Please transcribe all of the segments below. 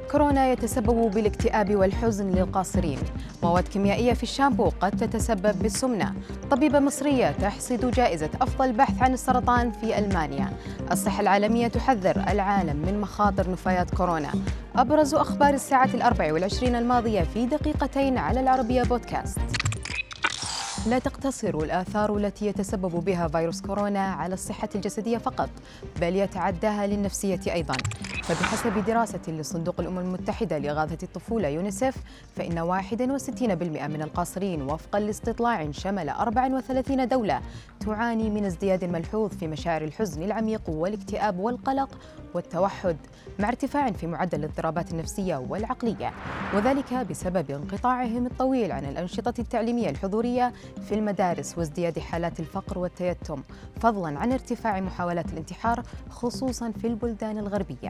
كورونا يتسبب بالاكتئاب والحزن للقاصرين. مواد كيميائية في الشامبو قد تتسبب بالسمنة. طبيبة مصرية تحصد جائزة أفضل بحث عن السرطان في ألمانيا. الصحة العالمية تحذر العالم من مخاطر نفايات كورونا. أبرز أخبار الساعة 24 الماضية في دقيقتين على العربية بودكاست. لا تقتصر الآثار التي يتسبب بها فيروس كورونا على الصحة الجسدية فقط، بل يتعداها للنفسية أيضاً. فبحسب دراسة لصندوق الأمم المتحدة لإغاثة الطفولة يونيسف، فإن 61% من القاصرين وفقاً لاستطلاع شمل 34 دولة تعاني من ازدياد ملحوظ في مشاعر الحزن العميق والاكتئاب والقلق والتوحد، مع ارتفاع في معدل الاضطرابات النفسية والعقلية، وذلك بسبب انقطاعهم الطويل عن الأنشطة التعليمية الحضورية في المدارس وازدياد حالات الفقر والتيتم، فضلاً عن ارتفاع محاولات الانتحار خصوصاً في البلدان الغربية.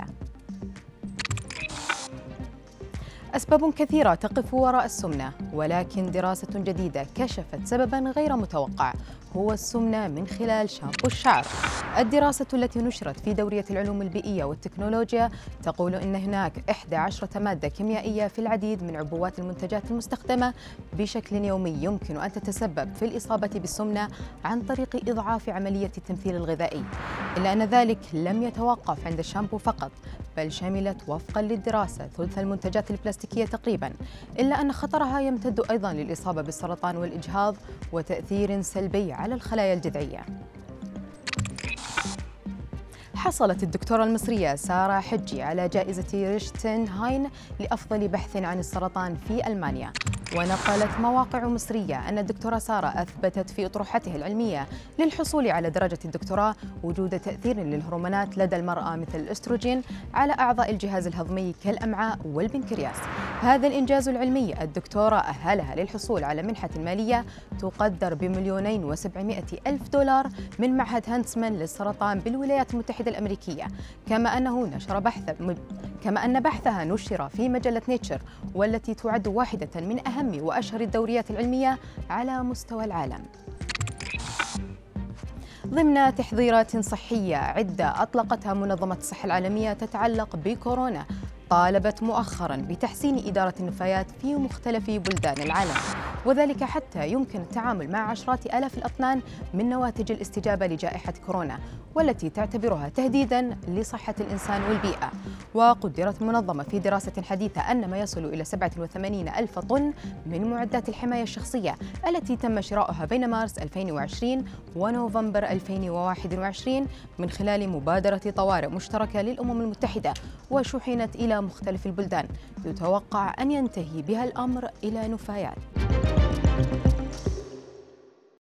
أسباب كثيرة تقف وراء السمنة، ولكن دراسة جديدة كشفت سبباً غير متوقع، هو السمنة من خلال شامبو الشعر. الدراسة التي نشرت في دورية العلوم البيئية والتكنولوجيا تقول إن هناك 11 مادة كيميائية في العديد من عبوات المنتجات المستخدمة بشكل يومي يمكن أن تتسبب في الإصابة بالسمنة عن طريق إضعاف عملية التمثيل الغذائي. إلا أن ذلك لم يتوقف عند الشامبو فقط، بل شملت وفقاً للدراسة ثلث المنتجات البلاستيكية تقريباً، إلا أن خطرها يمتد أيضاً للإصابة بالسرطان والإجهاض وتأثير سلبي على الخلايا الجذعية. حصلت الدكتورة المصرية سارة حجي على جائزة ريشتن هاين لأفضل بحث عن السرطان في ألمانيا. ونقلت مواقع مصرية أن الدكتورة سارة أثبتت في أطروحته العلمية للحصول على درجة الدكتوراه وجود تأثير للهرمونات لدى المرأة مثل الأستروجين على أعضاء الجهاز الهضمي كالأمعاء والبنكرياس. هذا الإنجاز العلمي الدكتورة أهلها للحصول على منحة مالية تقدر ب2,700,000 دولار من معهد هانتسمان للسرطان بالولايات المتحدة الأمريكية، كما أن بحثها نشر في مجلة نيتشر، والتي تعد واحدة من أهم وأشهر الدوريات العلمية على مستوى العالم. ضمن تحذيرات صحية عدة أطلقتها منظمة الصحة العالمية تتعلق بكورونا، طالبت مؤخراً بتحسين إدارة النفايات في مختلف بلدان العالم، وذلك حتى يمكن التعامل مع عشرات آلاف الأطنان من نواتج الاستجابة لجائحة كورونا، والتي تعتبرها تهديداً لصحة الإنسان والبيئة. وقدرت المنظمة في دراسة حديثة أن ما يصل إلى 87 ألف طن من معدات الحماية الشخصية التي تم شراؤها بين مارس 2020 ونوفمبر 2021 من خلال مبادرة طوارئ مشتركة للأمم المتحدة وشحنت إلى مختلف البلدان، يتوقع أن ينتهي بها الأمر إلى نفايات.